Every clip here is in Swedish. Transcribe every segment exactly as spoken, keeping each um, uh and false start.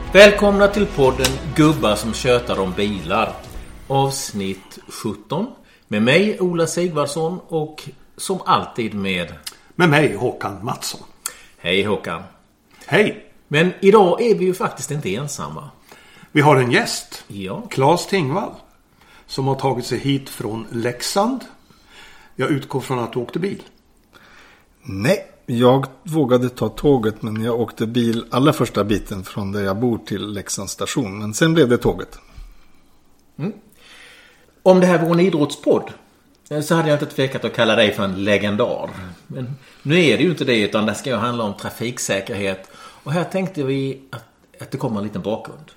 Välkomna till podden Gubbar som tjötar om bilar. Avsnitt sjutton. Med mig Ola Sigvarsson och som alltid med... Med mig Håkan Mattsson. Hej Håkan. Hej. Men idag är vi ju faktiskt inte ensamma. Vi har en gäst. Ja. Claes Tingvall. Som har tagit sig hit från Leksand. Jag utgår från att du åkte bil. Nej, jag vågade ta tåget men jag åkte bil alla första biten från där jag bor till Leksands station. Men sen blev det tåget. Mm. Om det här var en idrottspodd så hade jag inte tvekat att kalla dig för en legendar. Men nu är det ju inte det, utan det ska ju handla om trafiksäkerhet. Och här tänkte vi att, att det kommer en liten bakgrund.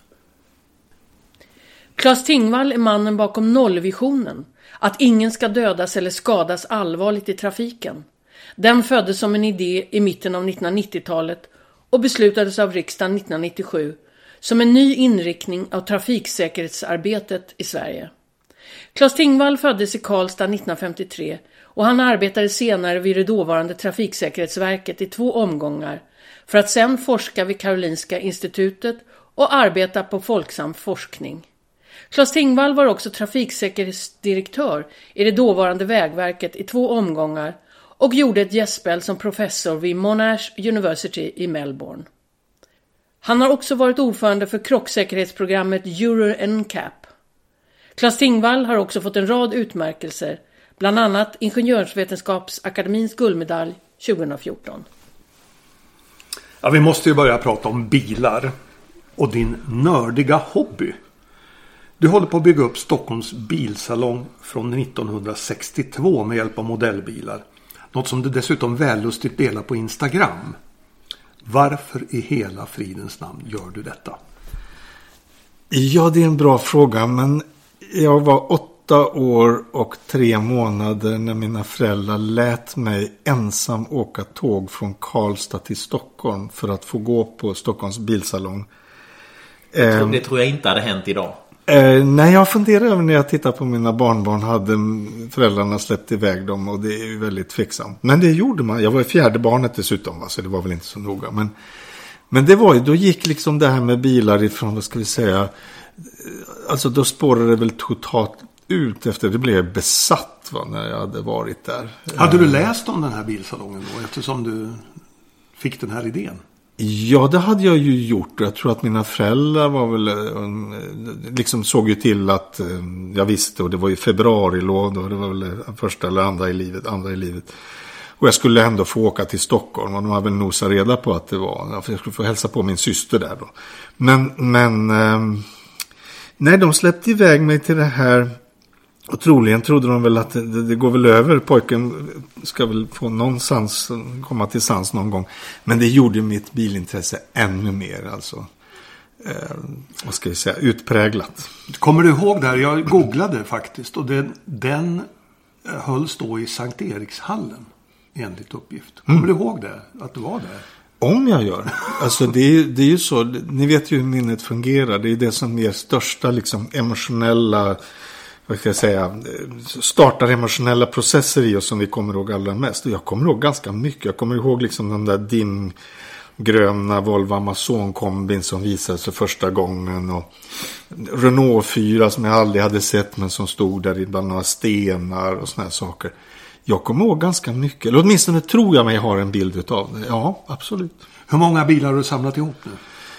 Claes Tingvall är mannen bakom nollvisionen. Att ingen ska dödas eller skadas allvarligt i trafiken. Den föddes som en idé i mitten av nittonhundranittiotalet och beslutades av riksdagen nittonhundranittiosju som en ny inriktning av trafiksäkerhetsarbetet i Sverige. Claes Tingvall föddes i Karlstad nittonhundrafemtiotre och han arbetade senare vid det dåvarande Trafiksäkerhetsverket i två omgångar för att sedan forska vid Karolinska institutet och arbeta på Folksam forskning. Claes Tingvall var också trafiksäkerhetsdirektör i det dåvarande Vägverket i två omgångar och gjorde ett gästspel som professor vid Monash University i Melbourne. Han har också varit ordförande för krocksäkerhetsprogrammet Euro N C A P. Claes Tingvall har också fått en rad utmärkelser, bland annat Ingenjörsvetenskapsakademins guldmedalj tjugohundrafjorton. Ja, vi måste ju börja prata om bilar och din nördiga hobby. Du håller på att bygga upp Stockholms bilsalong från nittonhundrasextiotvå med hjälp av modellbilar. Något som du dessutom vällustigt delar på Instagram. Varför i hela fridens namn gör du detta? Ja, det är en bra fråga, men jag var åtta år och tre månader när mina föräldrar lät mig ensam åka tåg från Karlstad till Stockholm för att få gå på Stockholms bilsalong. Det, det tror jag inte hade hänt idag. Eh, nej, jag funderar över när jag tittar på mina barnbarn hade föräldrarna släppt iväg dem och det är ju väldigt tveksamt. Men det gjorde man. Jag var fjärde barnet dessutom, va, så det var väl inte så noga. Men, men det var ju, då gick liksom det här med bilar ifrån, vad ska vi säga, alltså då spårade det väl totalt ut efter det blev besatt, va, när jag hade varit där. Hade du läst om den här bilsalongen då eftersom du fick den här idén? Ja, det hade jag ju gjort. Jag tror att mina föräldrar var väl liksom såg ju till att jag visste, och det var ju februarilov då, det var väl första eller andra i livet, andra i livet. Och jag skulle ändå få åka till Stockholm och de hade väl nosat reda på att det var, för jag skulle få hälsa på min syster där då. Men, men nej, de släppte iväg mig till det här. Och troligen trodde de väl att det, det går väl över. Pojken ska väl få någonstans, komma till sans någon gång. Men det gjorde mitt bilintresse ännu mer. Alltså, eh, vad ska jag säga, utpräglat. Kommer du ihåg det här? Jag googlade faktiskt. Och det, den hölls då i Sankt Erikshallen enligt uppgift. Kommer mm. du ihåg det? Att du var där? Om jag gör. Alltså det är, det är ju så. Ni vet ju hur minnet fungerar. Det är det som ger största liksom, emotionella... vad ska jag säga, startar emotionella processer i oss som vi kommer ihåg allra mest. Och jag kommer ihåg ganska mycket. Jag kommer ihåg liksom den där dimgröna Volvo Amazon-kombin som visades för första gången. Och Renault fyra som jag aldrig hade sett men som stod där bland några stenar och såna här saker. Jag kommer ihåg ganska mycket. Eller åtminstone tror jag mig har en bild av det. Ja, absolut. Hur många bilar har du samlat ihop nu?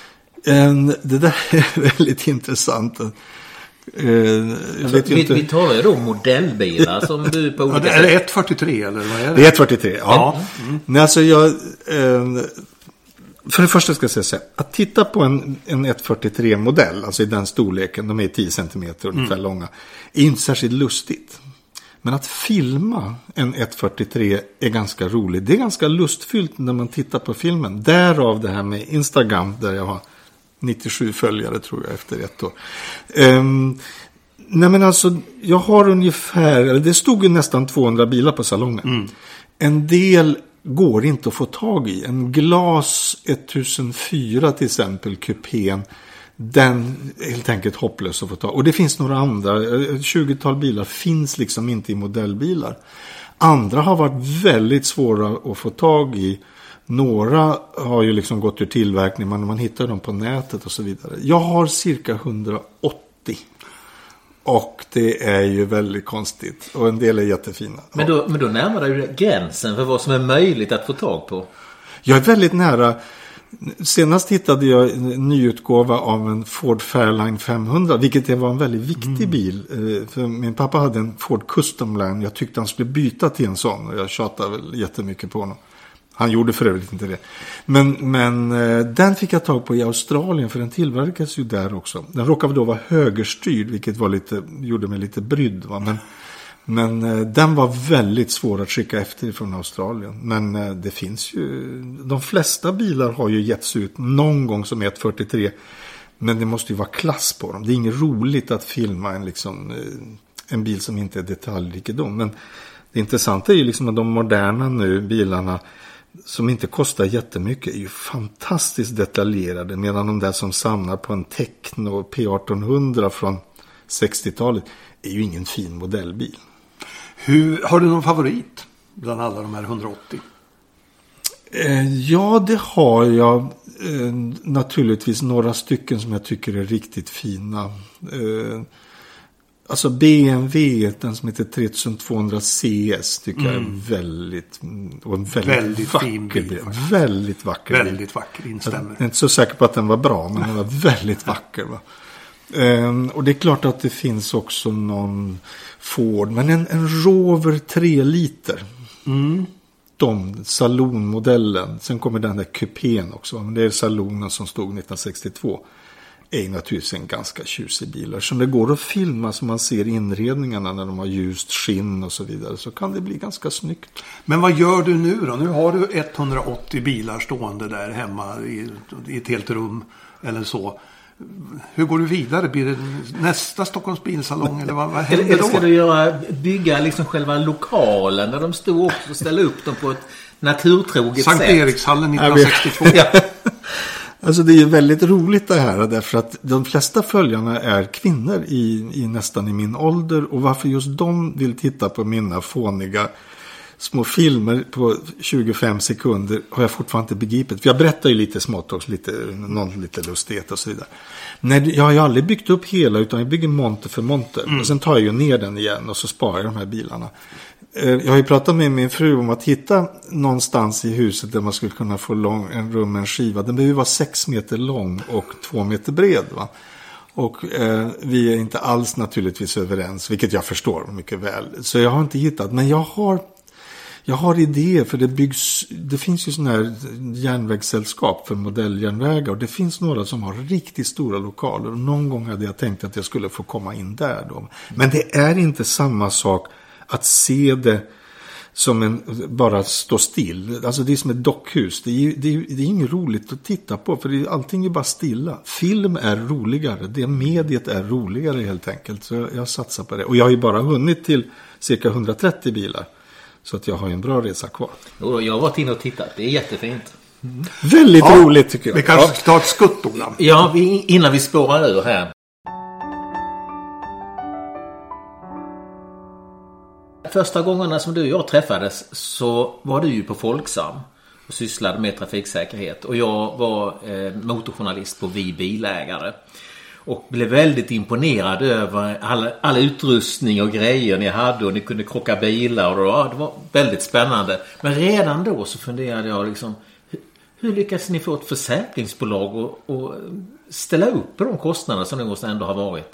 Det där är väldigt intressant. Uh, jag alltså, vet vi, inte. vi talar ju då modellbilar som du på olika ja, är det ett fyrtiotre eller vad är det? Det är ett fyrtiotre, ja. ja. Mm. Nej, alltså jag, eh, för det första ska jag säga så här, att titta på en, en ett fyrtiotre modell, alltså i den storleken, de är tio centimeter ungefär mm. långa, är inte särskilt lustigt. Men att filma en ett fyrtiotre är ganska roligt. Det är ganska lustfyllt när man tittar på filmen. Därav det här med Instagram där jag har nittiosju följare tror jag efter ett år. Um, nej men alltså, jag har ungefär, det stod ju nästan tvåhundra bilar på salongen. Mm. En del går inte att få tag i. En Glas ett tusen fyra till exempel, kupén, den är helt enkelt hopplös att få tag. Och det finns några andra, ett tjugotal bilar finns liksom inte i modellbilar. Andra har varit väldigt svåra att få tag i. Några har ju liksom gått ur tillverkning, men man hittar dem på nätet och så vidare. Jag har cirka hundraåttio. Och det är ju väldigt konstigt. Och en del är jättefina. Men då, men då närmar du gränsen för vad som är möjligt att få tag på. Jag är väldigt nära. Senast hittade jag en nyutgåva av en Ford Fairline femhundra. Vilket var en väldigt viktig mm. bil. För min pappa hade en Ford Custom Line. Jag tyckte han skulle byta till en sån. Och jag tjatade väl jättemycket på honom. Han gjorde för övrigt inte det. Men, men den fick jag tag på i Australien, för den tillverkas ju där också. Den råkade då vara högerstyrd, vilket var lite, gjorde mig lite brydd. Va? Men, men den var väldigt svår att skicka efter från Australien. Men det finns ju, de flesta bilar har ju getts ut någon gång som ett fyrtiotre. Men det måste ju vara klass på dem. Det är inget roligt att filma en, liksom, en bil som inte är detaljrikedom. Men det intressanta är ju liksom att de moderna nu bilarna som inte kostar jättemycket är ju fantastiskt detaljerade, medan de där som samlar på en Techno P arton hundra från sextiotalet är ju ingen fin modellbil. Hur, har du någon favorit bland alla de här hundraåttio? Eh, ja, det har jag. Eh, naturligtvis några stycken som jag tycker är riktigt fina. Eh, Alltså B M W, den som heter tretusentvåhundra C S, tycker mm. jag är väldigt, och en väldigt, väldigt vacker fin bil. bil. Väldigt vacker Väldigt bil. vacker, instämmer. Jag är inte så säker på att den var bra, men den var väldigt vacker. Va? Ehm, och det är klart att det finns också någon Ford, men en, en Rover tre liter. Mm. De, salonmodellen. Sen kommer den där kupén också, men det är salonen som stod nittonhundrasextiotvå. Är naturligtvis en ganska tjusig bil. Som det går att filma så man ser inredningarna när de har ljust skinn och så vidare, så kan det bli ganska snyggt. Men vad gör du nu då? Nu har du etthundraåttio bilar stående där hemma i, i ett helt rum eller så. Hur går du vidare? Blir det nästa Stockholms bilsalong eller vad, vad händer då? Eller ska du göra, bygga liksom själva lokalen där de stod upp och ställa upp dem på ett naturtroget Sankt sätt? Sankt Erikshallen nittonhundrasextiotvå. Ja. Alltså det är ju väldigt roligt det här, därför att de flesta följarna är kvinnor i, i nästan i min ålder, och varför just de vill titta på mina fåniga små filmer på tjugofem sekunder har jag fortfarande inte begripit. För jag berättar ju lite smått också, lite, någon lite lustighet och så vidare. Nej, jag har ju aldrig byggt upp hela, utan jag bygger monter för monter. Mm. Och sen tar jag ju ner den igen och så sparar jag de här bilarna. Jag har ju pratat med min fru om att hitta någonstans i huset där man skulle kunna få lång, en rum med en skiva. Den behöver vara sex meter lång och två meter bred, va? Och eh, vi är inte alls naturligtvis överens, vilket jag förstår mycket väl. Så jag har inte hittat, men jag har jag har idéer, för det byggs, det finns ju sådana här järnvägssällskap för modelljärnvägar, och det finns några som har riktigt stora lokaler, och någon gång hade jag tänkt att jag skulle få komma in där då. Men det är inte samma sak att se det som en, bara stå still. Alltså det är som ett dockhus. Det är, det är, det är inget roligt att titta på, för det, allting är bara stilla. Film är roligare. Det mediet är roligare helt enkelt. Så jag, jag satsar på det. Och jag har ju bara hunnit till cirka hundratrettio bilar. Så att jag har en bra resa kvar. Jag har varit inne och tittat. Det är jättefint. Mm. Väldigt ja, roligt tycker jag. Vi kanske ska ta ett skutt, Ola. Ja, vi, innan vi spårar ur här. Första gångerna som du och jag träffades så var du ju på Folksam och sysslade med trafiksäkerhet. Och jag var eh, motorjournalist på Vi bilägare. Och blev väldigt imponerad över all, all utrustning och grejer ni hade. Och ni kunde krocka bilar. Och ja, det var väldigt spännande. Men redan då så funderade jag liksom, hur, hur lyckas ni få ett försäkringsbolag och, och ställa upp på de kostnader som det måste ändå ha varit?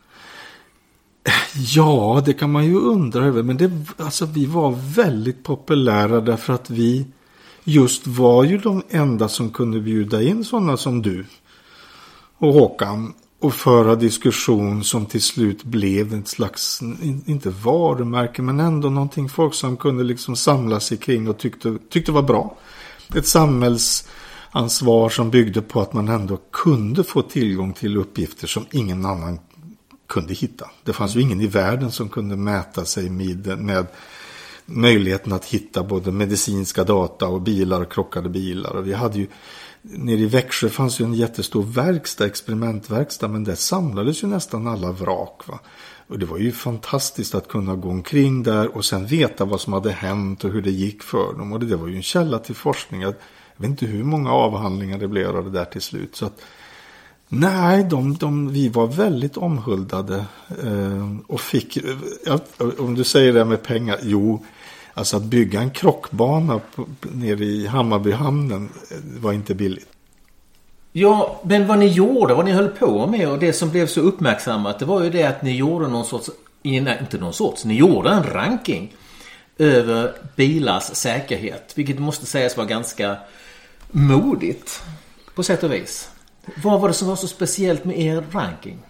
Ja, det kan man ju undra över. Men det, alltså, vi var väldigt populära därför att vi just var ju de enda som kunde bjuda in sådana som du och Håkan och föra diskussion som till slut blev ett slags, inte varumärke, men ändå någonting folk som kunde liksom samla sig kring och tyckte, tyckte var bra. Ett samhällsansvar som byggde på att man ändå kunde få tillgång till uppgifter som ingen annan kunde hitta. Det fanns ju ingen i världen som kunde mäta sig med, med möjligheten att hitta både medicinska data och bilar och krockade bilar. Och vi hade ju, nere i Växjö fanns ju en jättestor verkstad, experimentverkstad, men där samlades ju nästan alla vrak, va. Och det var ju fantastiskt att kunna gå omkring där och sen veta vad som hade hänt och hur det gick för dem. Och det, det var ju en källa till forskning. Att jag vet inte hur många avhandlingar det blev av det där till slut. Så att, nej, de, de, vi var väldigt omhuldade eh, och fick, ja, om du säger det med pengar, jo, alltså att bygga en krockbana på, nere i Hammarbyhamnen var inte billigt. Ja, men vad ni gjorde, vad ni höll på med och det som blev så uppmärksammat, det var ju det att ni gjorde någon sorts, nej, inte någon sorts, ni gjorde en ranking över bilars säkerhet, vilket måste sägas vara ganska modigt på sätt och vis. Vad var det som var så speciellt med er ranking?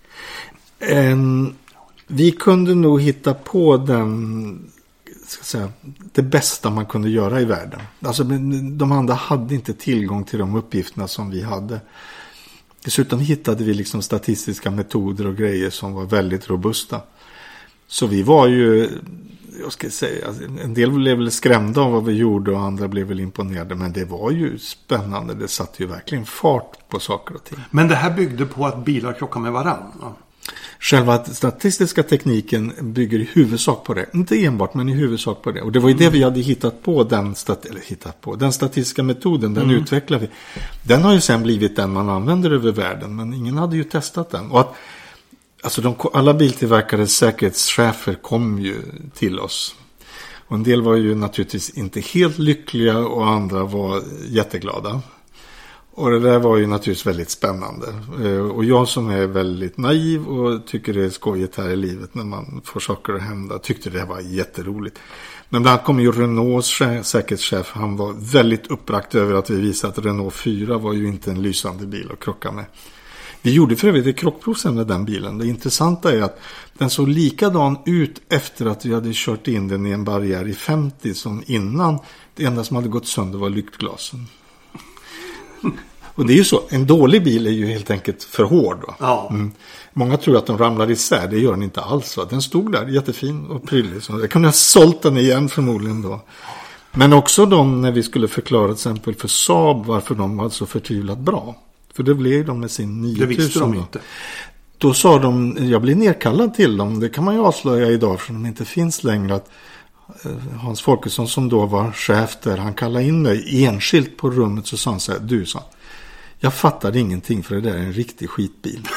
En, vi kunde nog hitta på den, ska säga, det bästa man kunde göra i världen. Alltså, de andra hade inte tillgång till de uppgifterna som vi hade. Dessutom hittade vi liksom statistiska metoder och grejer som var väldigt robusta. Så vi var ju, jag ska säga, en del blev väl skrämda av vad vi gjorde och andra blev väl imponerade. Men det var ju spännande. Det satte ju verkligen fart på saker och ting. Men det här byggde på att bilar krockar med varandra. Själva statistiska tekniken bygger i huvudsak på det. Inte enbart, men i huvudsak på det. Och det var ju det vi hade hittat på, den, stat- eller hittat på. Den statistiska metoden, den mm. utvecklar vi. Den har ju sen blivit den man använder över världen, men ingen hade ju testat den. Och att, alltså de, alla biltillverkares säkerhetschefer kom ju till oss. Och en del var ju naturligtvis inte helt lyckliga och andra var jätteglada. Och det där var ju naturligtvis väldigt spännande. Och jag som är väldigt naiv och tycker det är skojigt här i livet när man får saker att hända, tyckte det var jätteroligt. Men bland annat kom ju Renaults säkerhetschef, han var väldigt uppbragt över att vi visade att Renault fyra var ju inte en lysande bil att krocka med. Vi gjorde för övrigt ett krockprov sen med den bilen. Det intressanta är att den såg likadan ut efter att vi hade kört in den i en barriär i femtio som innan. Det enda som hade gått sönder var lyktglasen. Och det är ju så, en dålig bil är ju helt enkelt för hård. Va? Ja. Mm. Många tror att de ramlar isär, det gör den inte alls. Va? Den stod där jättefin och prydlig. Så jag kunde ha sålt den igen förmodligen då. Men också de när vi skulle förklara till exempel för Saab varför de var så förtvivlat bra. För det blev de med sin nio tusen. Det visste de inte. Då sa de, jag blir nedkallad till dem, det kan man ju avslöja idag för de inte finns längre, att Hans Folkesson som då var chef där, han kallade in mig enskilt på rummet, så sa han så här, du sa, jag fattade ingenting för det där är en riktig skitbil.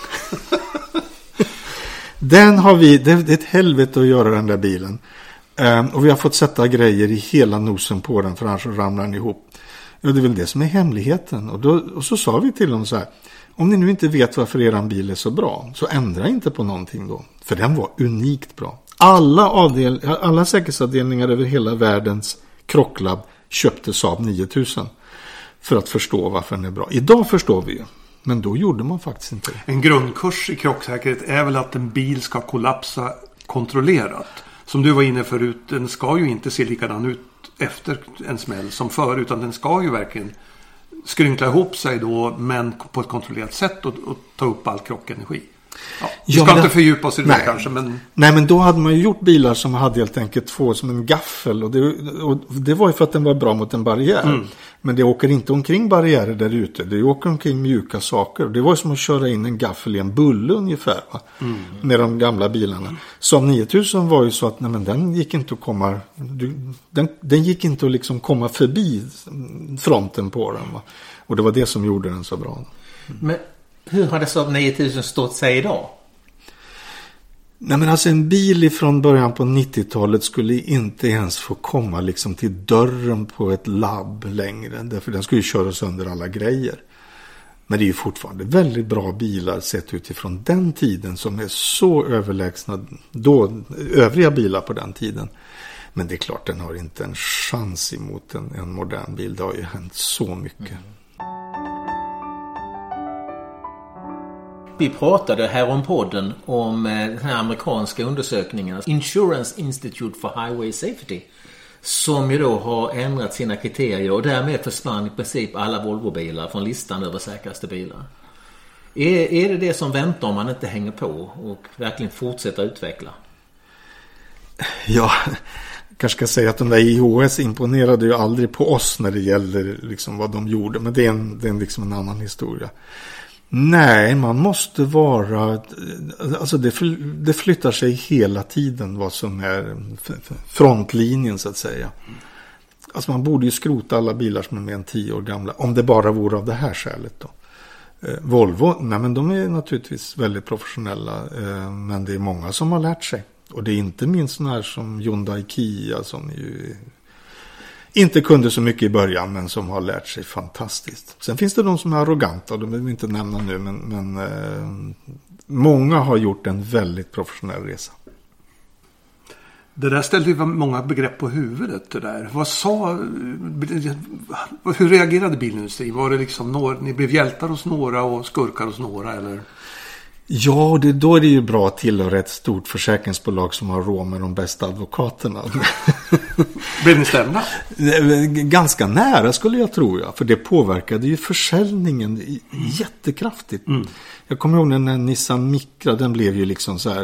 Den har vi, det är ett helvete att göra den där bilen. Um, och vi har fått sätta grejer i hela nosen på den för annars ramlar den ihop. Ja, det är väl det som är hemligheten. Och, då, och så sa vi till dem så här, om ni nu inte vet varför eran bil är så bra, så ändra inte på någonting då. För den var unikt bra. Alla, avdel, alla säkerhetsavdelningar över hela världens krocklabb köpte Saab nio tusen för att förstå varför den är bra. Idag förstår vi ju, men då gjorde man faktiskt inte det. En grundkurs i krocksäkerhet är väl att en bil ska kollapsa kontrollerat. Som du var inne förut, den ska ju inte se likadan ut efter en smäll som förr, utan den ska ju verkligen skrynkla ihop sig då, men på ett kontrollerat sätt och, och ta upp all krockenergi. Ja, vi ska ja, inte det... fördjupa oss i det nej. kanske. Men... Nej, men då hade man ju gjort bilar som hade helt enkelt två som en gaffel. Och det, och det var ju för att den var bra mot en barriär. Mm. Men det åker inte omkring barriärer där ute. Det åker omkring mjuka saker. Det var ju som att köra in en gaffel i en bulle ungefär. Va? Mm. Med de gamla bilarna. Mm. Som nio tusen var ju så att nej, men den gick inte att komma... Den, den gick inte att liksom komma förbi fronten på den. Va? Och det var det som gjorde den så bra. Mm. Men... hur hade Saab nio tusen stått sig idag? Nej, men alltså en bil från början på nittiotalet skulle inte ens få komma liksom till dörren på ett labb längre. Därför den skulle ju köra sönder alla grejer. Men det är ju fortfarande väldigt bra bilar sett utifrån den tiden som är så överlägsna då övriga bilar på den tiden. Men det är klart, den har inte en chans emot en, en modern bil. Det har ju hänt så mycket. Mm. Vi pratade här om podden om den här amerikanska undersökningen Insurance Institute for Highway Safety, som ju då har ändrat sina kriterier och därmed försvann i princip alla Volvo-bilar från listan över säkraste bilar. Är, är det det som väntar om man inte hänger på och verkligen fortsätter utveckla? Ja, kanske ska säga att de där I H S imponerade ju aldrig på oss när det gäller liksom vad de gjorde, men det är, en, det är liksom en annan historia. Nej, man måste vara, alltså det, det flyttar sig hela tiden vad som är frontlinjen så att säga. Alltså man borde ju skrota alla bilar som är mer än tio år gamla. Om det bara vore av det här skälet då. Eh, Volvo, nej men de är naturligtvis väldigt professionella. Eh, men det är många som har lärt sig. Och det är inte minst sådana här som Hyundai Kia som ju inte kunde så mycket i början men som har lärt sig fantastiskt. Sen finns det de som är arroganta och de vill vi inte nämna nu men, men eh, många har gjort en väldigt professionell resa. Det där ställde ju många begrepp på huvudet det där. Vad sa, hur reagerade bilindustrin? Var det liksom några, ni blev hjältar hos några och skurkar hos några eller? Ja, det, då är det ju bra att tillhöra ett stort försäkringsbolag som har råd med de bästa advokaterna. Blev ni stämda? Ganska nära skulle jag tro, ja. För det påverkade ju försäljningen jättekraftigt. Mm. Jag kommer ihåg när Nissan Micra, den blev ju liksom så här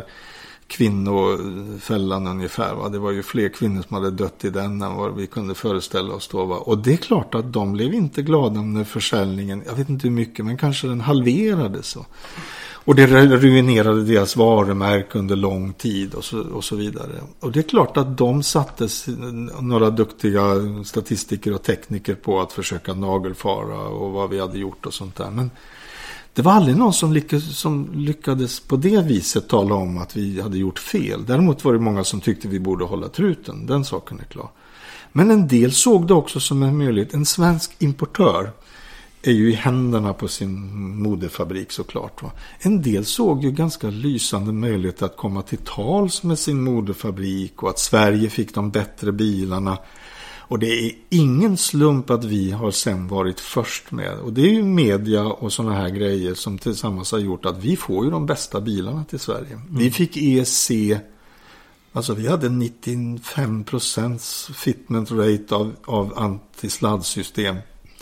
kvinnofällan ungefär. Va? Det var ju fler kvinnor som hade dött i den än vad vi kunde föreställa oss då. Va? Och det är klart att de blev inte glada när försäljningen, jag vet inte hur mycket, men kanske den halverades. Så. Och det ruinerade deras varumärke under lång tid och så, och så vidare. Och det är klart att de sattes, några duktiga statistiker och tekniker på att försöka nagelfara och vad vi hade gjort och sånt där. Men det var aldrig någon som lyckades, som lyckades på det viset tala om att vi hade gjort fel. Däremot var det många som tyckte vi borde hålla truten. Den saken är klar. Men en del såg det också som en möjlighet. En svensk importör är ju i händerna på sin modefabrik såklart. Va? En del såg ju ganska lysande möjlighet att komma till tals med sin modefabrik och att Sverige fick de bättre bilarna. Och det är ingen slump att vi har sen varit först med. Och det är ju media och sådana här grejer som tillsammans har gjort att vi får ju de bästa bilarna till Sverige. Mm. Vi fick E S C, alltså vi hade nittiofem procent fitment rate av, av antisladdsystem.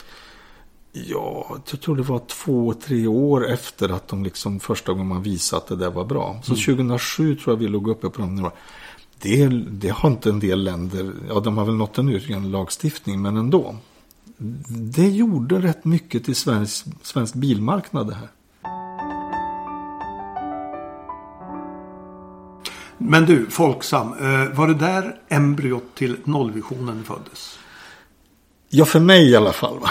Ja, jag tror det var två, tre år efter att de liksom första gången man visade att det där var bra. Så mm. tjugohundrasju tror jag vi låg uppe på de nivåerna. Det, det har inte en del länder, ja de har väl nått en egen lagstiftning men ändå. Det gjorde rätt mycket till svensk, svensk bilmarknad det här. Men du, Folksam, var det där embryot till nollvisionen föddes? Ja, för mig i alla fall. Va?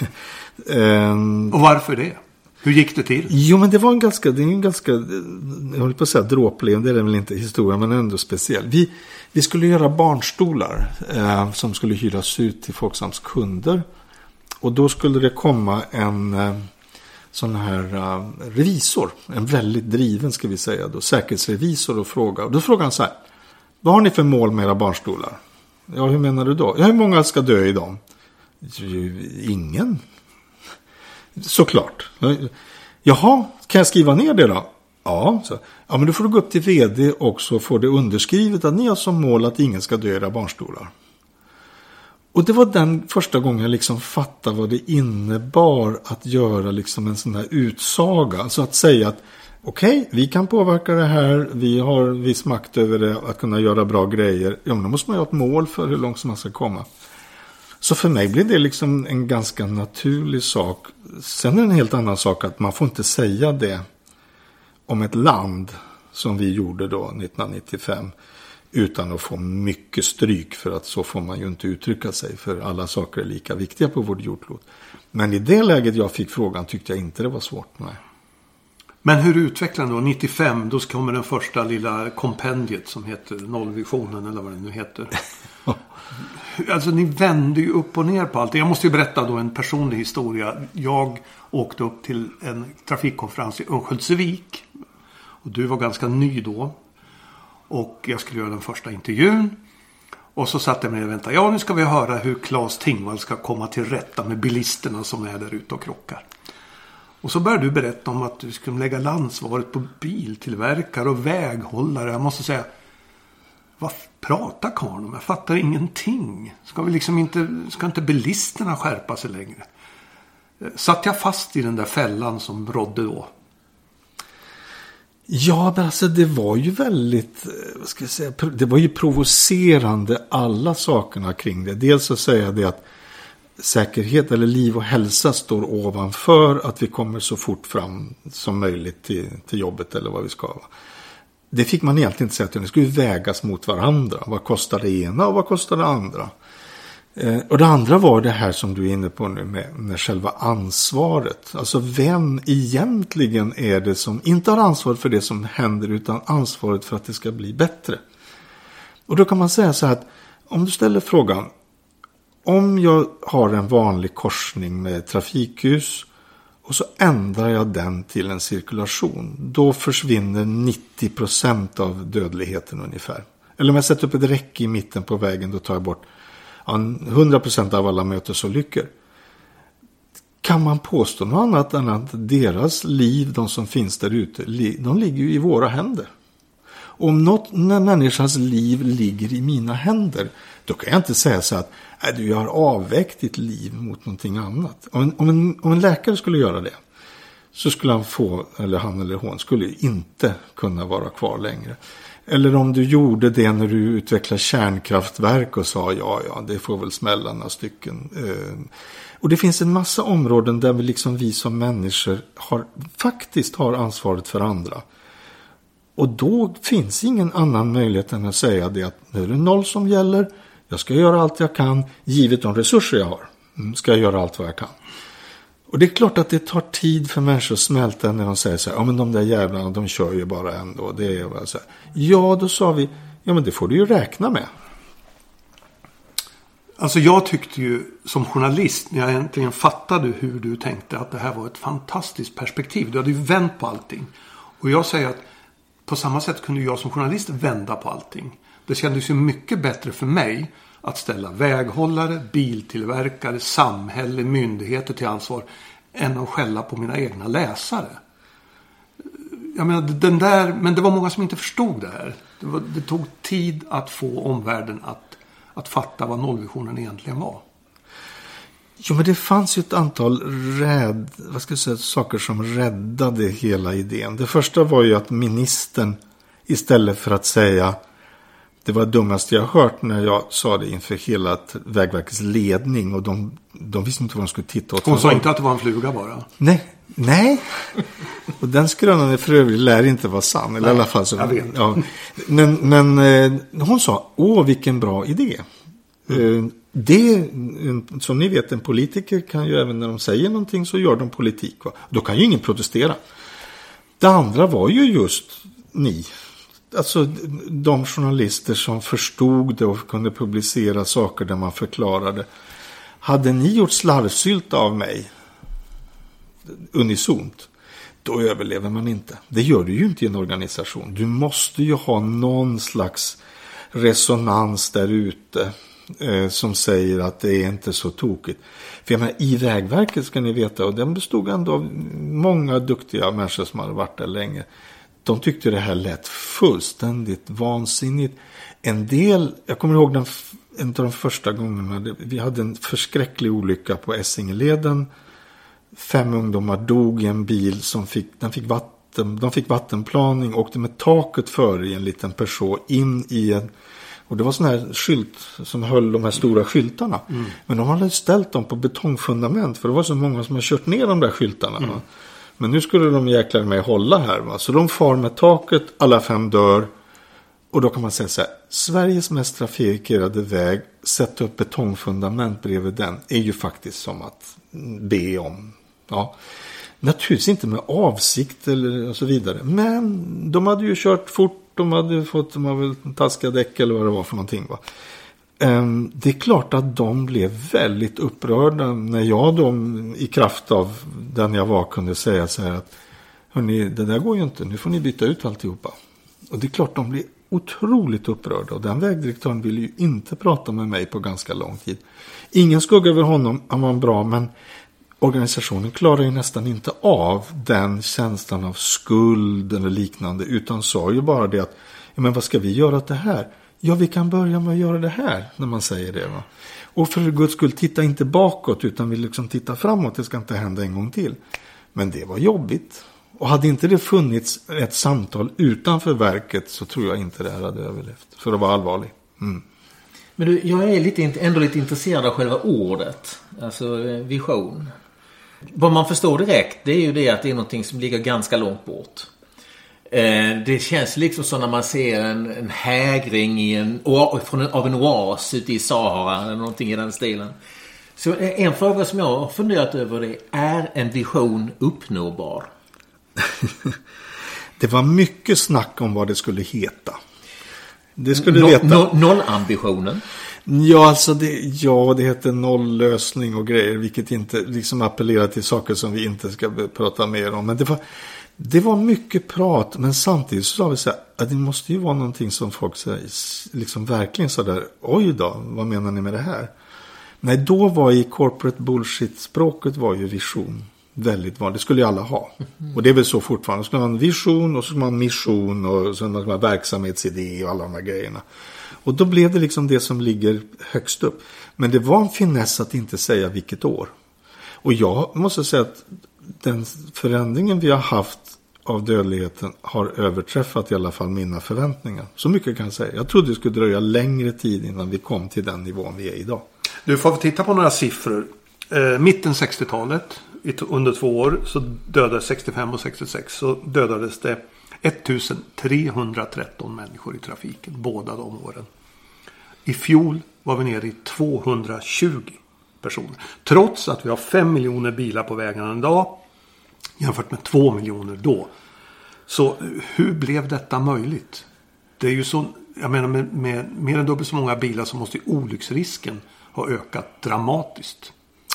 um, Och varför det? Hur gick det till? Jo, men det var en ganska, det är en ganska, jag håller på att säga dråplig, det är väl inte historia, men ändå speciell. Vi, vi skulle göra barnstolar eh, som skulle hyras ut till Folksams kunder. Och då skulle det komma en eh, sån här eh, revisor, en väldigt driven ska vi säga då, säkerhetsrevisor och fråga. Och då frågar han så här, vad har ni för mål med era barnstolar? Ja, hur menar du då? Ja, hur många ska dö i dem? Ingen. Såklart. Jaha, kan jag skriva ner det då? Ja, så. Ja, men då får du gå upp till vd och så får det underskrivet att ni har som mål att ingen ska dö i era barnstolar. Och det var den första gången jag liksom fattade vad det innebar att göra liksom en sån här utsaga. Alltså att säga att okej, okay, vi kan påverka det här, vi har viss makt över det, att kunna göra bra grejer. Ja, men då måste man ju ha ett mål för hur långt man ska komma. Så för mig blir det liksom en ganska naturlig sak. Sen är det en helt annan sak att man får inte säga det om ett land som vi gjorde då nittonhundranittiofem utan att få mycket stryk, för att så får man ju inte uttrycka sig, för alla saker är lika viktiga på vårt jordklot. Men i det läget jag fick frågan tyckte jag inte det var svårt. Nej. Men hur utvecklar då? nittiofem, då kommer den första lilla kompendiet som heter Nollvisionen eller vad det nu heter. Alltså ni vände ju upp och ner på allt. Jag måste ju berätta då en personlig historia. Jag åkte upp till en trafikkonferens i Örnsköldsvik. Och du var ganska ny då. Och jag skulle göra den första intervjun. Och så satt jag med och väntade. Ja, nu ska vi höra hur Claes Tingvall ska komma till rätta med bilisterna som är där ute och krockar. Och så började du berätta om att du skulle lägga ansvaret på biltillverkare och väghållare. Jag måste säga, vad pratar karln om? Jag fattar ingenting. Ska vi liksom inte, ska inte bilisterna skärpa sig längre? Satt jag fast i den där fällan som rådde då? Ja, men alltså det var ju väldigt, vad ska jag säga, det var ju provocerande alla sakerna kring det. Dels att säga det att säkerhet eller liv och hälsa står ovanför att vi kommer så fort fram som möjligt till, till jobbet eller vad vi ska vara. Det fick man egentligen inte säga att det skulle vägas mot varandra. Vad kostar det ena och vad kostar det andra? Eh, och det andra var det här som du är inne på nu med, med själva ansvaret. Alltså vem egentligen är det som inte har ansvar för det som händer utan ansvaret för att det ska bli bättre. Och då kan man säga så här att om du ställer frågan, om jag har en vanlig korsning med trafikljus och så ändrar jag den till en cirkulation, då försvinner nittio procent av dödligheten ungefär. Eller om jag sätter upp ett räcke i mitten på vägen, då tar jag bort hundra procent av alla mötesolyckor. Kan man påstå något annat än att deras liv, de som finns där ute, de ligger ju i våra händer. Om något, när människans liv ligger i mina händer, då kan jag inte säga så att äh, du har avvägt ditt liv mot någonting annat. Om en, om, en, om en läkare skulle göra det, så skulle han få, eller han eller hon, skulle inte kunna vara kvar längre. Eller om du gjorde det när du utvecklade kärnkraftverk och sa ja, ja, det får väl smälla några stycken. Och det finns en massa områden där vi liksom vi som människor har, faktiskt har ansvaret för andra. Och då finns ingen annan möjlighet än att säga det att nu är det noll som gäller. Jag ska göra allt jag kan, givet de resurser jag har. Ska jag göra allt vad jag kan. Och det är klart att det tar tid för människor att smälta när de säger så här, ja men de där jävlarna, de kör ju bara ändå. Det är bara så här. Ja, då sa vi, ja men det får du ju räkna med. Alltså jag tyckte ju som journalist, när jag äntligen fattade hur du tänkte, att det här var ett fantastiskt perspektiv. Du hade ju vänt på allting. Och jag säger att på samma sätt kunde jag som journalist vända på allting. Det kändes ju mycket bättre för mig att ställa väghållare, biltillverkare, samhälle, myndigheter till ansvar än att skälla på mina egna läsare. Jag menar, den där, men det var många som inte förstod det här. Det, var, det tog tid att få omvärlden att, att fatta vad nollvisionen egentligen var. Jo, men det fanns ju ett antal rädd, vad ska jag säga, saker som räddade hela idén. Det första var ju att ministern, istället för att säga det var det dummaste jag hört när jag sa det inför hela Vägverkets ledning, och de, de visste inte vad de skulle titta åt. Hon sa inte att det var en fluga bara. Nej, nej. Och den skrönan för övrigt lär inte vara sann. Eller i alla fall så, jag vet. Ja. Men, men hon sa, åh vilken bra idé. Mm. Det, som ni vet, en politiker kan ju även när de säger någonting så gör de politik. Va? Då kan ju ingen protestera. Det andra var ju just ni. Alltså de journalister som förstod det och kunde publicera saker där man förklarade. Hade ni gjort slarvsylt av mig unisont, då överlever man inte. Det gör du ju inte i en organisation. Du måste ju ha någon slags resonans där ute eh, som säger att det är inte så tokigt. För jag menar, i Vägverket ska ni veta, och den bestod ändå av många duktiga människor som hade varit där länge. De tyckte det här lät fullständigt vansinnigt. En del, jag kommer ihåg den, en av de första gångerna, vi hade en förskräcklig olycka på Essingeleden. Fem ungdomar dog i en bil som fick, den fick vatten, de fick vattenplaning, åkte med taket före i en liten Peugeot in i en, och det var sån här skylt som höll de här stora skyltarna. Mm. Men de hade ställt dem på betongfundament, för det var så många som hade kört ner de där skyltarna. Mm. Men nu skulle de jäklar med hålla här. Va? Så de far med taket, alla fem dör. Och då kan man säga så här, Sveriges mest trafikerade väg, sätta upp betongfundament bredvid den, är ju faktiskt som att be om. Ja. Naturligtvis inte med avsikt eller och så vidare. Men de hade ju kört fort, de hade fått, de hade väl taskiga däck eller vad det var för någonting. Va? Um, det är klart att de blev väldigt upprörda när jag då, i kraft av den jag var, kunde säga så här att hörni, det där går ju inte, nu får ni byta ut alltihopa. Och det är klart de blev otroligt upprörda, och den vägdirektören ville ju inte prata med mig på ganska lång tid. Ingen skugga över honom, han var bra, men organisationen klarar ju nästan inte av den känslan av skuld eller liknande, utan sa ju bara det att ja, men vad ska vi göra åt det här? Ja, vi kan börja med att göra det här, när man säger det. Va? Och för Guds skull, titta inte bakåt, utan vi liksom titta framåt. Det ska inte hända en gång till. Men det var jobbigt. Och hade inte det funnits ett samtal utanför verket, så tror jag inte det här hade överlevt. För att vara allvarlig. Mm. Men du, jag är lite, ändå lite intresserad av själva ordet. Alltså vision. Vad man förstår direkt, det är ju det att det är någonting som ligger ganska långt bort. Eh, det känns liksom som när man ser en, en hägring i en, från en, av en oas ute i Sahara eller någonting i den stilen. Så en fråga som jag har funderat över det, är en vision uppnåbar? Det var mycket snack om vad det skulle heta. Det skulle no, heta... No, nollambitionen? Ja, alltså det, ja, det heter nollösning och grejer, vilket inte liksom appellerar till saker som vi inte ska prata mer om. Men det var, det var mycket prat, men samtidigt så sa vi så här, att det måste ju vara någonting som folk säger, liksom verkligen så där, oj då, vad menar ni med det här? Nej, då var i corporate bullshit-språket var ju vision väldigt vanligt. Det skulle ju alla ha. Och det är väl så fortfarande. Så skulle man ha en vision och så skulle man ha en mission och så skulle man ha verksamhetsidé och alla de här grejerna. Och då blev det liksom det som ligger högst upp. Men det var en finess att inte säga vilket år. Och jag måste säga att den förändringen vi har haft av dödligheten har överträffat i alla fall mina förväntningar. Så mycket kan jag säga. Jag trodde det skulle dröja längre tid innan vi kom till den nivån vi är idag. Du får titta på några siffror. Eh, mitten sextiotalet, under två år, så dödades sextiofem och sextiosex, så dödades det ettusentrehundratretton människor i trafiken båda de åren. I fjol var vi nere i tvåhundratjugo personer. Trots att vi har fem miljoner bilar på vägarna en dag jämfört med två miljoner då. Så hur blev detta möjligt? Det är ju så, jag menar med, med mer än dubbelt så många bilar så måste ju olycksrisken ha ökat dramatiskt.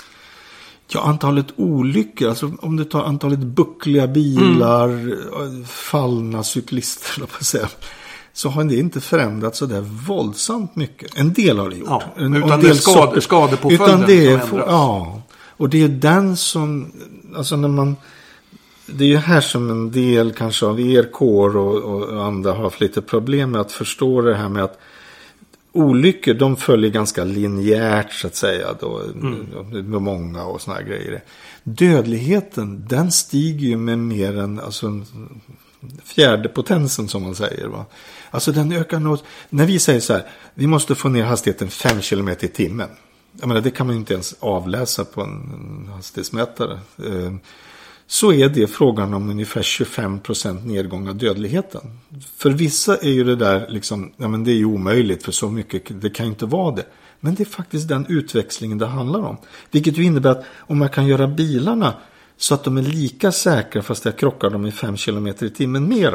Ja, antalet olyckor, alltså om du tar antalet buckliga bilar, mm. fallna cyklister, på att säga, så har det inte förändrats så där våldsamt mycket. En del har det gjort. Ja, en, utan en det är del skade, skadepåföljden utan det är, som ändras. Ja, och det är den som, alltså när man, det är ju här som en del kanske av er kår och, och andra har haft lite problem med att förstå det här med att olyckor, de följer ganska linjärt så att säga då, mm. med många och såna här grejer. Dödligheten, den stiger ju med mer än alltså en fjärde potensen som man säger, va. Alltså den ökar något. När vi säger så här, vi måste få ner hastigheten fem kilometer i timmen. Jag menar, det kan man ju inte ens avläsa på en hastighetsmätare. Så är det frågan om ungefär tjugofem procent nedgång av dödligheten. För vissa är ju det där liksom, ja men det är ju omöjligt för så mycket, det kan ju inte vara det. Men det är faktiskt den utväxlingen det handlar om. Vilket ju innebär att om man kan göra bilarna så att de är lika säkra fast jag krockar dem i fem kilometer i timmen mera.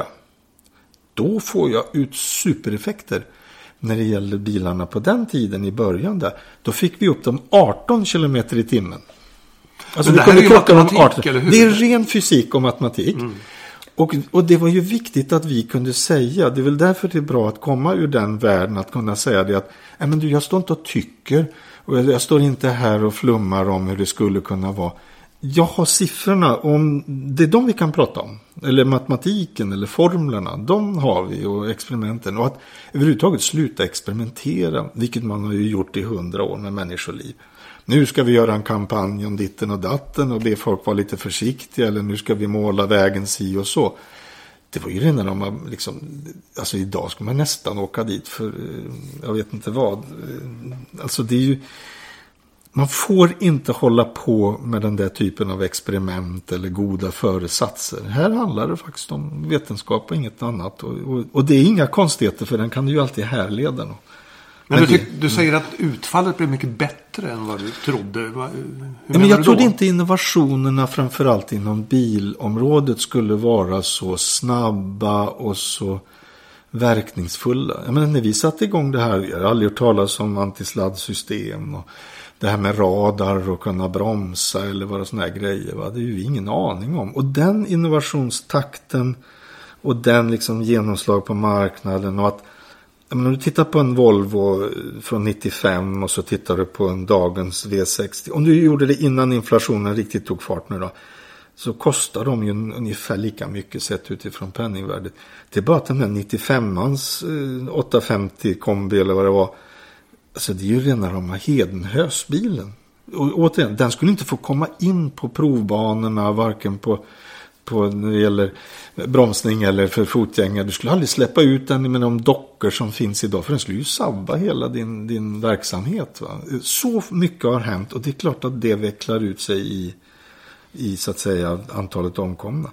Då får jag ut supereffekter. När det gäller bilarna på den tiden i början där, då fick vi upp dem arton kilometer i timmen. Alltså det här är ju matematik, arton. Eller hur? Det är ren fysik och matematik. Mm. Och, och det var ju viktigt att vi kunde säga, det är väl därför det är bra att komma ur den världen, att kunna säga det att äh, men du, jag står inte och tycker och jag, jag står inte här och flummar om hur det skulle kunna vara. Jag har siffrorna, om det är de vi kan prata om. Eller matematiken eller formlerna, de har vi och experimenten. Och att överhuvudtaget sluta experimentera, vilket man har ju gjort i hundra år med människoliv. Nu ska vi göra en kampanj om ditten och datten och be folk vara lite försiktiga. Eller nu ska vi måla vägen si och så. Det var ju redan om man liksom, alltså idag ska man nästan åka dit för, jag vet inte vad. Alltså det är ju, man får inte hålla på med den där typen av experiment eller goda föresatser. Här handlar det faktiskt om vetenskap och inget annat. Och, och, och det är inga konstigheter, för den kan du ju alltid härleda. Men, men du, det, du säger att utfallet blev mycket bättre än vad du trodde. Hur ja, men jag trodde inte innovationerna framförallt inom bilområdet skulle vara så snabba och så verkningsfulla. Jag menar, när vi satte igång det här, jag har aldrig hört talas om antisladdsystem och det här med radar och kunna bromsa eller vad såna här grejer, va? Det är ju ingen aning om. Och den innovationstakten och den liksom genomslag på marknaden och att, jag menar, om du tittar på en Volvo från nittiofem och så tittar du på en dagens V sextio. Om du gjorde det innan inflationen riktigt tog fart nu då, så kostar de ju ungefär lika mycket sett utifrån penningvärdet. Det är bara att den här nittiofemmans eh, åttahundrafemtio kombi eller vad det var, alltså det är ju rena rama Hedenhösbilen. Och återigen, den skulle inte få komma in på provbanorna, varken på, på när det gäller bromsning eller för fotgängare. Du skulle aldrig släppa ut den med de dockor som finns idag, för den skulle ju sabba hela din, din verksamhet. Va? Så mycket har hänt, och det är klart att det vecklar ut sig i, i så att säga antalet omkomna.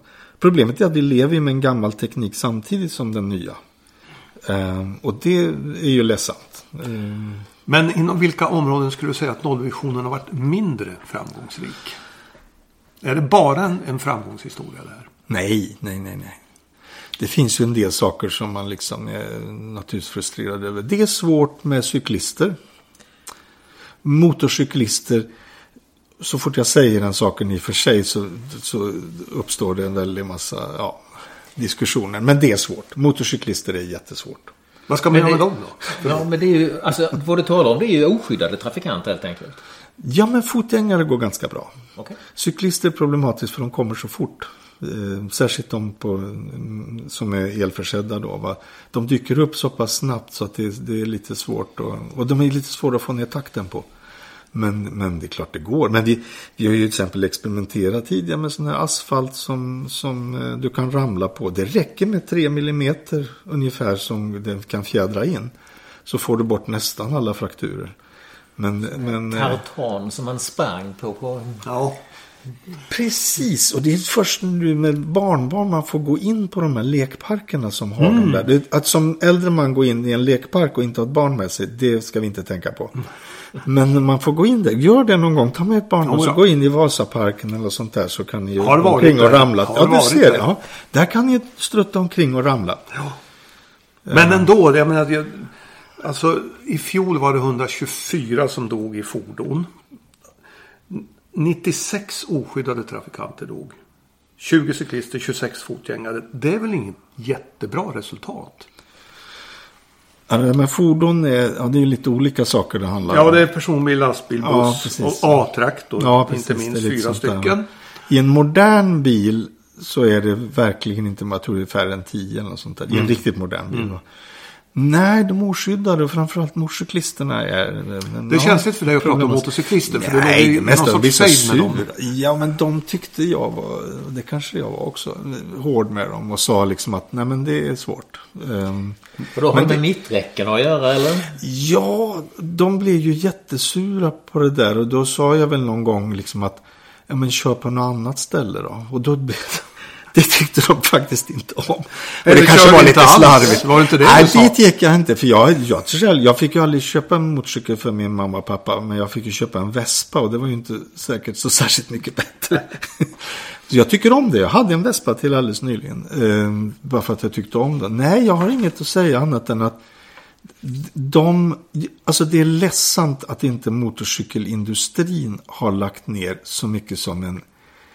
Problemet är att vi lever med en gammal teknik samtidigt som den nya. Eh, och det är ju ledsamt. Eh. Men inom vilka områden skulle du säga att nollvisionen har varit mindre framgångsrik? Är det bara en, en framgångshistoria där? Nej, nej, nej, nej. Det finns ju en del saker som man liksom är naturligtvis frustrerad över. Det är svårt med cyklister. Motorcyklister, så fort jag säger den saken i och för sig så, så uppstår det en väldig massa ja, diskussioner. Men det är svårt. Motorcyklister är jättesvårt. Vad ska man men göra det, med dem då? Ja, men det är ju, alltså vad du talar om, det är ju oskyddade trafikanter helt enkelt. Ja, men fotgängare går ganska bra. Okay. Cyklister är problematiskt för de kommer så fort. Eh, särskilt de på, som är elförsedda då. Va? De dyker upp så pass snabbt så att det, det är lite svårt. Och, och de är lite svåra att få ner takten på. Men, men det är klart det går. Men vi, vi har ju till exempel experimenterat tidigare med sån här asfalt som, som eh, du kan ramla på. Det räcker med tre millimeter ungefär som den kan fjädra in. Så får du bort nästan alla frakturer. Men, men, Tartan som man sprang på. på. Ja. Precis, och det är först nu med barnbarn man får gå in på de här lekparkerna som har mm. de där. Det, att som äldre man går in i en lekpark och inte har ett barn med sig, det ska vi inte tänka på. Men man får gå in där, gör det någon gång, ta med ett barn och så gå in i Vasaparken eller sånt där så kan ni ju omkring och ramla. Ja, du ser det. Ja. Där kan ni strutta omkring och ramla. Ja. Men ändå, jag menar, jag, alltså i fjol var det etthundratjugofyra som dog i fordon. nittiosex oskyddade trafikanter dog. tjugo cyklister, tjugosex fotgängare. Det är väl inget jättebra resultat? Ja, men fordon är, ja, det är ju lite olika saker det handlar om. Ja, det är personbil, lastbil, buss ja, och A-traktor. Ja, inte minst fyra stycken. Där. I en modern bil så är det verkligen inte, jag tror det är färre än tio eller något sånt där. I en mm. riktigt modern bil. Mm. Nej, de oskyddade och framförallt motorcyklisterna är... Men, det känns inte för dig att prata om motorcyklister. För nej, det är mest någon sorts fejd med dem. Ja, men de tyckte jag var... Det kanske jag var också hård med dem. Och sa liksom att nej, men det är svårt. Um, och då har det med mitträcken att göra, eller? Ja, de blev ju jättesura på det där. Och då sa jag väl någon gång liksom att ja, men kör på något annat ställe då. Och då blev det tyckte de faktiskt inte om. Och det, det kanske var lite slarvigt. Var det inte det? Nej, det gick jag inte. För jag, jag, jag, jag fick ju aldrig köpa en motorcykel för min mamma och pappa. Men jag fick ju köpa en Vespa. Och det var ju inte säkert så särskilt mycket bättre. Så jag tycker om det. Jag hade en Vespa till alldeles nyligen. Eh, bara för att jag tyckte om den. Nej, jag har inget att säga annat än att de, alltså det är ledsamt att inte motorcykelindustrin har lagt ner så mycket som en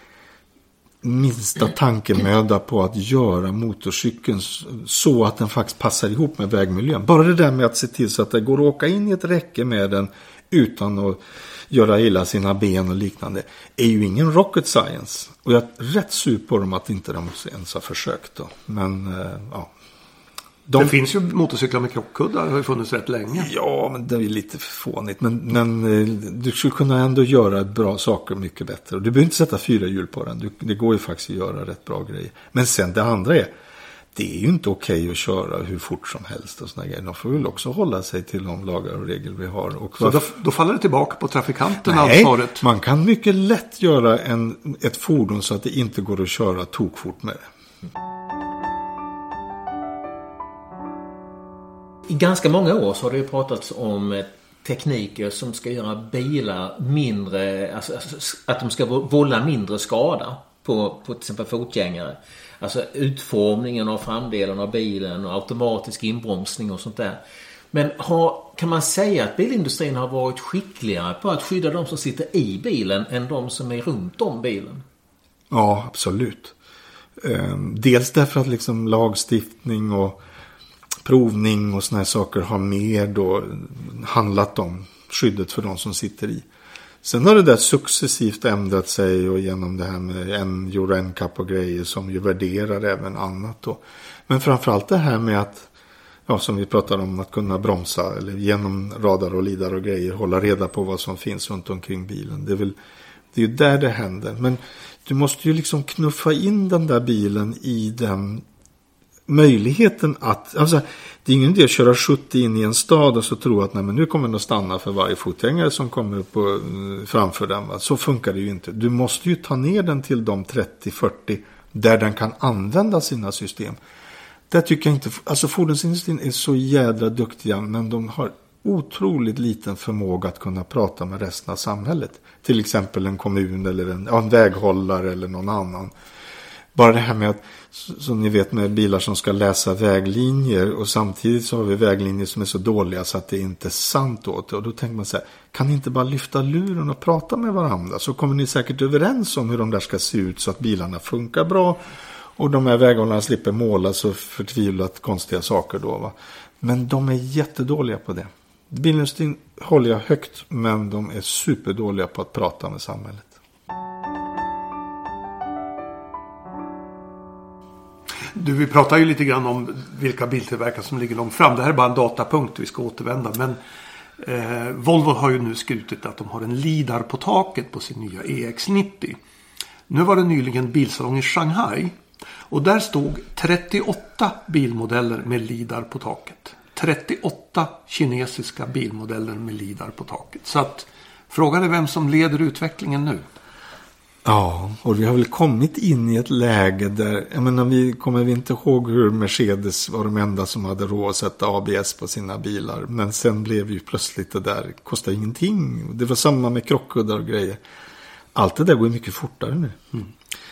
minsta tankemöda på att göra motorcykeln så att den faktiskt passar ihop med vägmiljön. Bara det där med att se till så att det går att åka in i ett räcke med den utan att göra illa sina ben och liknande är ju ingen rocket science. Och jag är rätt sur på dem att inte de ens har försökt då. Men ja. De... Det finns ju motorcyklar med krockkuddar, det har ju funnits rätt länge. Ja, men det är lite fånigt. Men, men du skulle kunna ändå göra bra saker mycket bättre. Och du behöver inte sätta fyra hjul på den. Du, det går ju faktiskt att göra rätt bra grejer. Men sen det andra är, det är ju inte okej att köra hur fort som helst och såna grejer. De får väl också hålla sig till de lagar och regler vi har. Och så då, då faller det tillbaka på trafikanterna? Nej, ansvaret. Man kan mycket lätt göra en, ett fordon så att det inte går att köra tokfort med det. I ganska många år så har det ju pratats om tekniker som ska göra bilar mindre, alltså att de ska vålla mindre skada på, på till exempel fotgängare. Alltså utformningen av framdelen av bilen och automatisk inbromsning och sånt där. Men har, kan man säga att bilindustrin har varit skickligare på att skydda de som sitter i bilen än de som är runt om bilen? Ja, absolut. Dels därför att liksom lagstiftning och provning och såna här saker har mer då handlat om skyddet för de som sitter i. Sen har det där successivt ändrat sig och genom det här med en Euro N C A P och grejer som ju värderar även annat då. Men framförallt det här med att, ja, som vi pratar om, att kunna bromsa eller genom radar och lidar och grejer hålla reda på vad som finns runt omkring bilen. Det är väl, det är ju där det händer. Men du måste ju liksom knuffa in den där bilen i den möjligheten att, alltså det är ingen idé att köra sjuttio in i en stad och så tro att nej, men nu kommer den att stanna för varje fotgängare som kommer på, framför den. Va? Så funkar det ju inte. Du måste ju ta ner den till de trettio fyrtio där den kan använda sina system. Det tycker jag inte, alltså fordonsindustrin är så jädra duktiga, men de har otroligt liten förmåga att kunna prata med resten av samhället. Till exempel en kommun eller en, ja, en väghållare eller någon annan. Bara det här med att, som ni vet, med bilar som ska läsa väglinjer, och samtidigt så har vi väglinjer som är så dåliga så att det inte är sant åt det. Och då tänker man så här, kan ni inte bara lyfta luren och prata med varandra, så kommer ni säkert överens om hur de där ska se ut så att bilarna funkar bra och de här väghållarna slipper måla så förtvivlat konstiga saker då, va. Men de är jättedåliga på det. Bilindustrin håller jag högt, men de är superdåliga på att prata med samhället. Du, vi pratar ju lite grann om vilka biltillverkare som ligger långt fram. Det här är bara en datapunkt, vi ska återvända. Men eh, Volvo har ju nu skrutit att de har en lidar på taket på sin nya E X nittio. Nu var det nyligen bilsalong i Shanghai. Och där stod trettioåtta bilmodeller med lidar på taket. trettioåtta kinesiska bilmodeller med lidar på taket. Så att frågan är vem som leder utvecklingen nu. Ja, och vi har väl kommit in i ett läge där, jag menar, vi kommer vi inte ihåg hur Mercedes var de enda som hade råd att sätta A B S på sina bilar. Men sen blev ju plötsligt det där, kostade ingenting. Det var samma med krockkuddar och grejer. Allt det där går mycket fortare nu. Mm.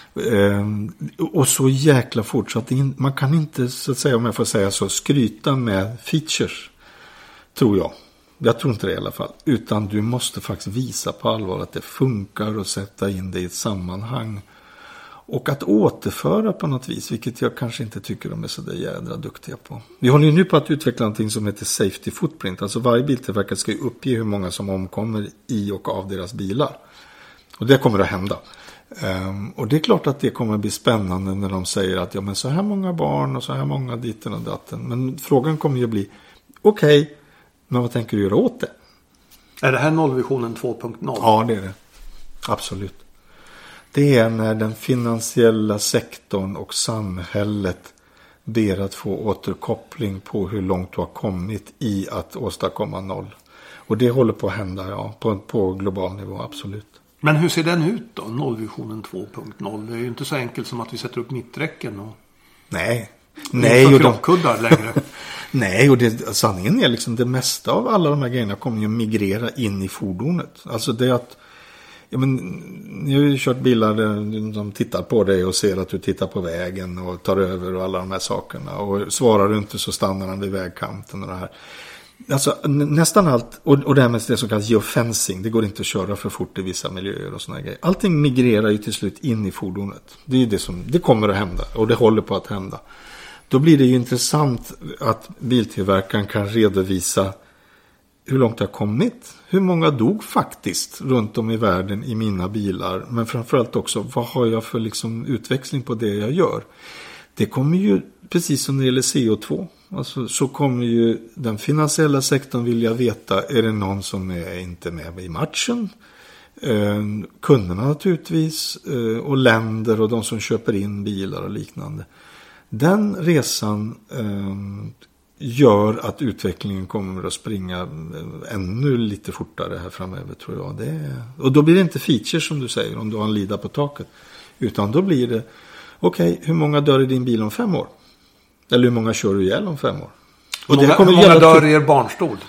Ehm, och så jäkla fort så att in, man kan inte, så att säga, om jag får säga så, skryta med features, tror jag. Jag tror inte det i alla fall. Utan du måste faktiskt visa på allvar att det funkar och sätta in det i ett sammanhang. Och att återföra på något vis, vilket jag kanske inte tycker de är så där jädra duktiga på. Vi håller ju nu på att utveckla någonting som heter safety footprint. Alltså varje biltillverkare ska ju uppge hur många som omkommer i och av deras bilar. Och det kommer att hända. Um, och det är klart att det kommer att bli spännande när de säger att ja, men så här många barn och så här många ditten och datten. Men frågan kommer ju att bli, okej, okay, men vad tänker du göra åt det? Är det här nollvisionen två punkt noll? Ja, det är det. Absolut. Det är när den finansiella sektorn och samhället ber att få återkoppling på hur långt du har kommit i att åstadkomma noll. Och det håller på att hända, ja, på, på global nivå, absolut. Men hur ser den ut då, nollvisionen två punkt noll? Det är ju inte så enkelt som att vi sätter upp mitträcken och... Nej. Nej, och krockkuddar längre. Nej, och det, sanningen är liksom det mesta av alla de här grejerna kommer ju att migrera in i fordonet. Alltså det är att, ja, men, ni har ju kört bilar där de tittar på dig och ser att du tittar på vägen och tar över och alla de här sakerna. Och svarar du inte så stannar han vid vägkanten och det här. Alltså nästan allt, och, och det här med det som kallas geofencing, det går inte att köra för fort i vissa miljöer och såna grejer. Allting migrerar ju till slut in i fordonet. Det är ju det som, det kommer att hända och det håller på att hända. Då blir det ju intressant att biltillverkaren kan redovisa hur långt det har kommit. Hur många dog faktiskt runt om i världen i mina bilar. Men framförallt också, vad har jag för liksom utväxling på det jag gör? Det kommer ju, precis som när det gäller C O två. Alltså, så kommer ju den finansiella sektorn vilja veta, är det någon som är inte med i matchen? Eh, kunderna naturligtvis. Eh, och länder och de som köper in bilar och liknande. Den resan eh, gör att utvecklingen kommer att springa ännu lite fortare här framöver, tror jag. Det är, och då blir det inte features som du säger om du har en lida på taket. Utan då blir det, okej, okay, hur många dör i din bil om fem år? Eller hur många kör du ihjäl om fem år? Och många, det kommer hur många dör i er barnstol?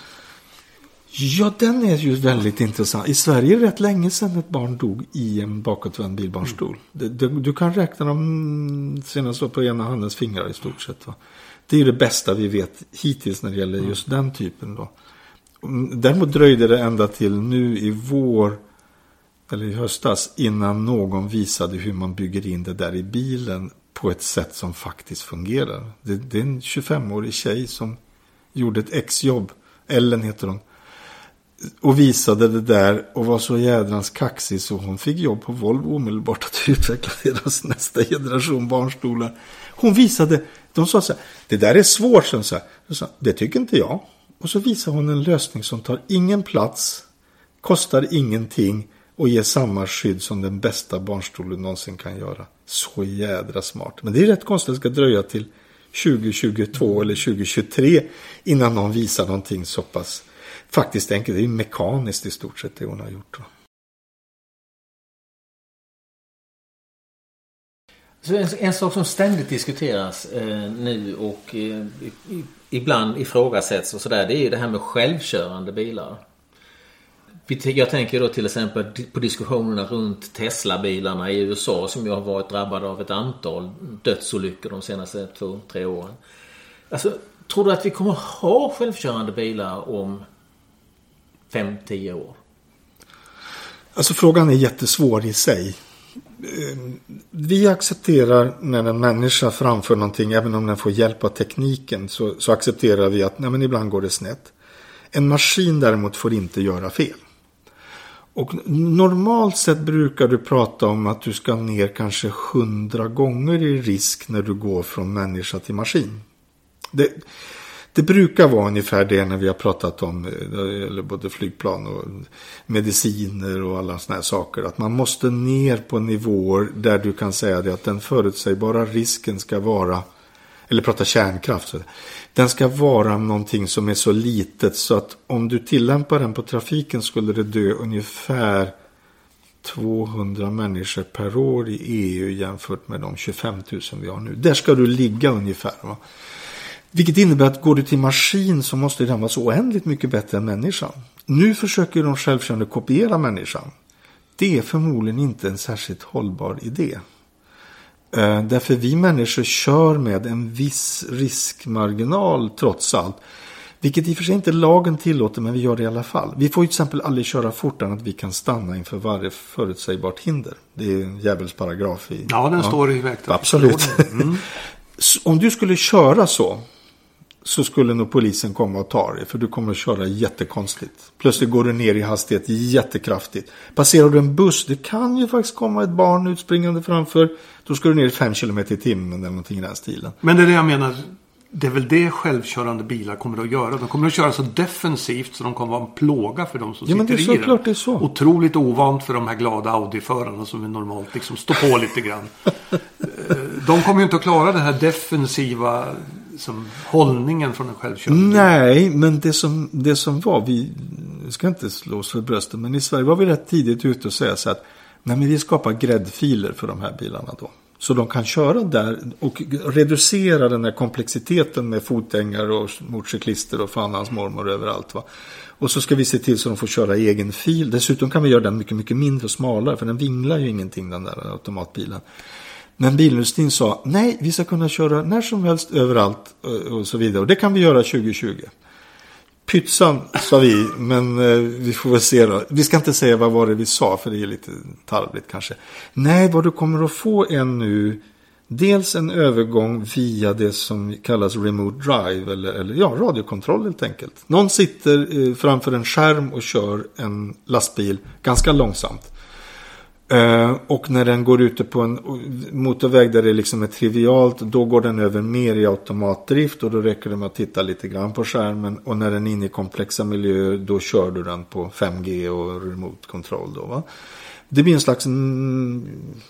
Ja, den är ju väldigt intressant. I Sverige är det rätt länge sedan ett barn dog i en bakåtvänd bilbarnstol. Mm. Det, det, du kan räkna dem senast på ena handens fingrar i stort sett. Va? Det är ju det bästa vi vet hittills när det gäller just mm. den typen då. Däremot dröjde det ända till nu i vår, eller i höstas, innan någon visade hur man bygger in det där i bilen på ett sätt som faktiskt fungerar. Det, det är en tjugofemårig tjej som gjorde ett exjobb, Ellen heter hon, och visade det där och var så jädrans kaxig så hon fick jobb på Volvo omedelbart att utveckla deras nästa generation barnstolar. Hon visade, de sa så här, det där är svårt, så så här. Så, det tycker inte jag. Och så visade hon en lösning som tar ingen plats, kostar ingenting och ger samma skydd som den bästa barnstolen någonsin kan göra. Så jädra smart. Men det är rätt konstigt att det ska dröja till tjugo tjugotvå eller tjugo tjugotre innan någon visar någonting så pass faktiskt enkelt. Det är mekaniskt i stort sett det hon har gjort. Så en, en sak som ständigt diskuteras eh, nu och eh, i, i, ibland ifrågasätts och sådär, det är ju det här med självkörande bilar. Jag tänker då till exempel på diskussionerna runt Tesla-bilarna i U S A som ju har varit drabbade av ett antal dödsolyckor de senaste två, tre åren. Alltså, tror du att vi kommer ha självkörande bilar om fem, tio år? Alltså frågan är jättesvår i sig. Vi accepterar när en människa framför någonting, även om den får hjälp av tekniken, så, så accepterar vi att nej, men ibland går det snett. En maskin däremot får inte göra fel. Och normalt sett brukar du prata om att du ska ner kanske hundra gånger i risk när du går från människa till maskin. Det, det brukar vara ungefär det när vi har pratat om eller både flygplan och mediciner och alla såna här saker. Att man måste ner på nivåer där du kan säga det att den förutsägbara risken ska vara, eller prata kärnkraft, så den ska vara någonting som är så litet så att om du tillämpar den på trafiken skulle det dö ungefär tvåhundra människor per år i E U jämfört med de tjugofem tusen vi har nu. Där ska du ligga ungefär, va? Vilket innebär att går du till maskin så måste den vara så oändligt mycket bättre än människan. Nu försöker de självkörande kopiera människan. Det är förmodligen inte en särskilt hållbar idé. Uh, därför vi människor kör med en viss riskmarginal trots allt. Vilket i och för sig inte lagen tillåter, men vi gör det i alla fall. Vi får ju till exempel aldrig köra fortare än att vi kan stanna inför varje förutsägbart hinder. Det är en djävulsparagraf i... Ja, den ja. står i vägtrafiken. Absolut. Mm. Om du skulle köra så, så skulle nog polisen komma och ta dig. För du kommer att köra jättekonstigt. Plötsligt går du ner i hastighet jättekraftigt. Passerar du en buss, det kan ju faktiskt komma ett barn utspringande framför. Då ska du ner i fem kilometer i timmen eller någonting i den stilen. Men det är det jag menar. Det är väl det självkörande bilar kommer att göra. De kommer att köra så defensivt så de kommer att vara en plåga för de som ja, sitter men det är så i den. Klart det är så. Otroligt ovant för de här glada Audi-förarna som är normalt liksom står på lite grann. De kommer ju inte att klara den här defensiva som hållningen från en självkörande. Nej, men det som, det som var, vi ska inte slå oss för bröstet, men i Sverige var vi rätt tidigt ute och säga så att nej, men vi skapar gräddfiler för de här bilarna då. Så de kan köra där och reducera den här komplexiteten med fotgängare och motorcyklister och fan hans mormor överallt, va. Och så ska vi se till så de får köra egen fil. Dessutom kan vi göra den mycket, mycket mindre och smalare, för den vinglar ju ingenting, den där automatbilen. Men bilindustrin sa, nej, vi ska kunna köra när som helst, överallt och så vidare. Och det kan vi göra tjugo tjugo. Pytsan, sa vi, men eh, vi får väl se då. Vi ska inte säga vad var det vi sa, för det är lite tarvligt kanske. Nej, vad du kommer att få är nu dels en övergång via det som kallas remote drive, eller, eller ja, radiokontroll helt enkelt. Någon sitter eh, framför en skärm och kör en lastbil ganska långsamt. Uh, och när den går ute på en motorväg där det liksom är trivialt, då går den över mer i automatdrift och då räcker det med att titta lite grann på skärmen. Och när den är inne i komplexa miljöer, då kör du den på fem G och remote control då, va? Det blir en slags mm,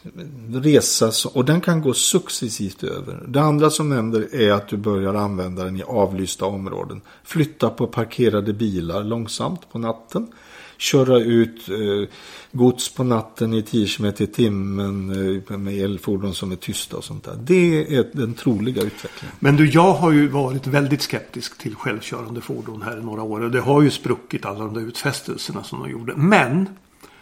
resa och den kan gå successivt över. Det andra som händer är att du börjar använda den i avlysta områden. Flytta på parkerade bilar långsamt på natten. Köra ut eh, gods på natten i tio kilometer i timmen eh, med elfordon som är tysta och sånt där. Det är den troliga utvecklingen. Men du, jag har ju varit väldigt skeptisk till självkörande fordon här i några år. Och det har ju spruckit alla de där utfästelserna som de gjorde. Men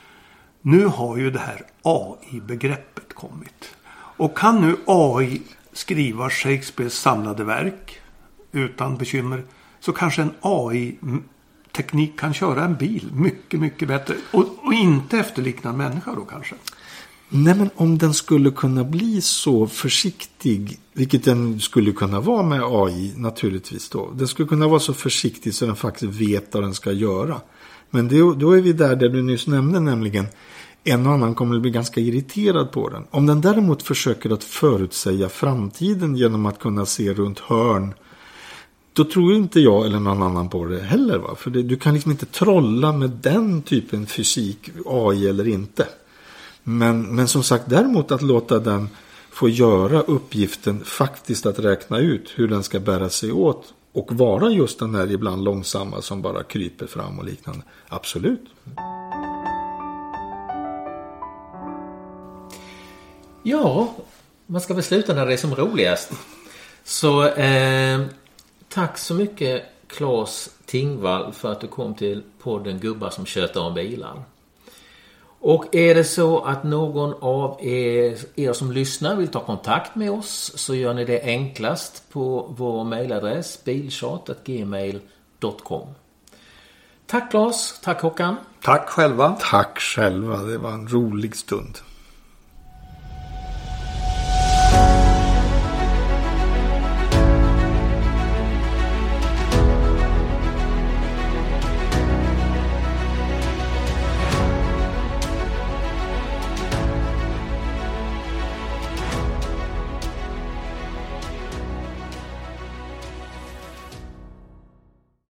nu har ju det här A I-begreppet kommit. Och kan nu A I skriva Shakespeares samlade verk utan bekymmer, så kanske en A I teknik kan köra en bil mycket, mycket bättre. Och, och inte efterlikna en människa då kanske. Nej, men om den skulle kunna bli så försiktig, vilket den skulle kunna vara med A I naturligtvis då. Den skulle kunna vara så försiktig så den faktiskt vet vad den ska göra. Men det, då är vi där där du nyss nämnde, nämligen en och annan kommer att bli ganska irriterad på den. Om den däremot försöker att förutsäga framtiden genom att kunna se runt hörn, då tror inte jag eller någon annan på det heller, va? För det, du kan liksom inte trolla med den typen fysik, A I eller inte. Men, men som sagt, däremot att låta den få göra uppgiften faktiskt att räkna ut hur den ska bära sig åt och vara just den här ibland långsamma som bara kryper fram och liknande. Absolut. Ja, man ska väl sluta när det är som roligast. Så eh, tack så mycket Claes Tingvall för att du kom till podden Gubbar som tjötar om bilar. Och är det så att någon av er, er som lyssnar vill ta kontakt med oss, så gör ni det enklast på vår mejladress biltjat at gmail dot com. Tack Claes, tack Håkan. Tack själva. Tack själva, det var en rolig stund.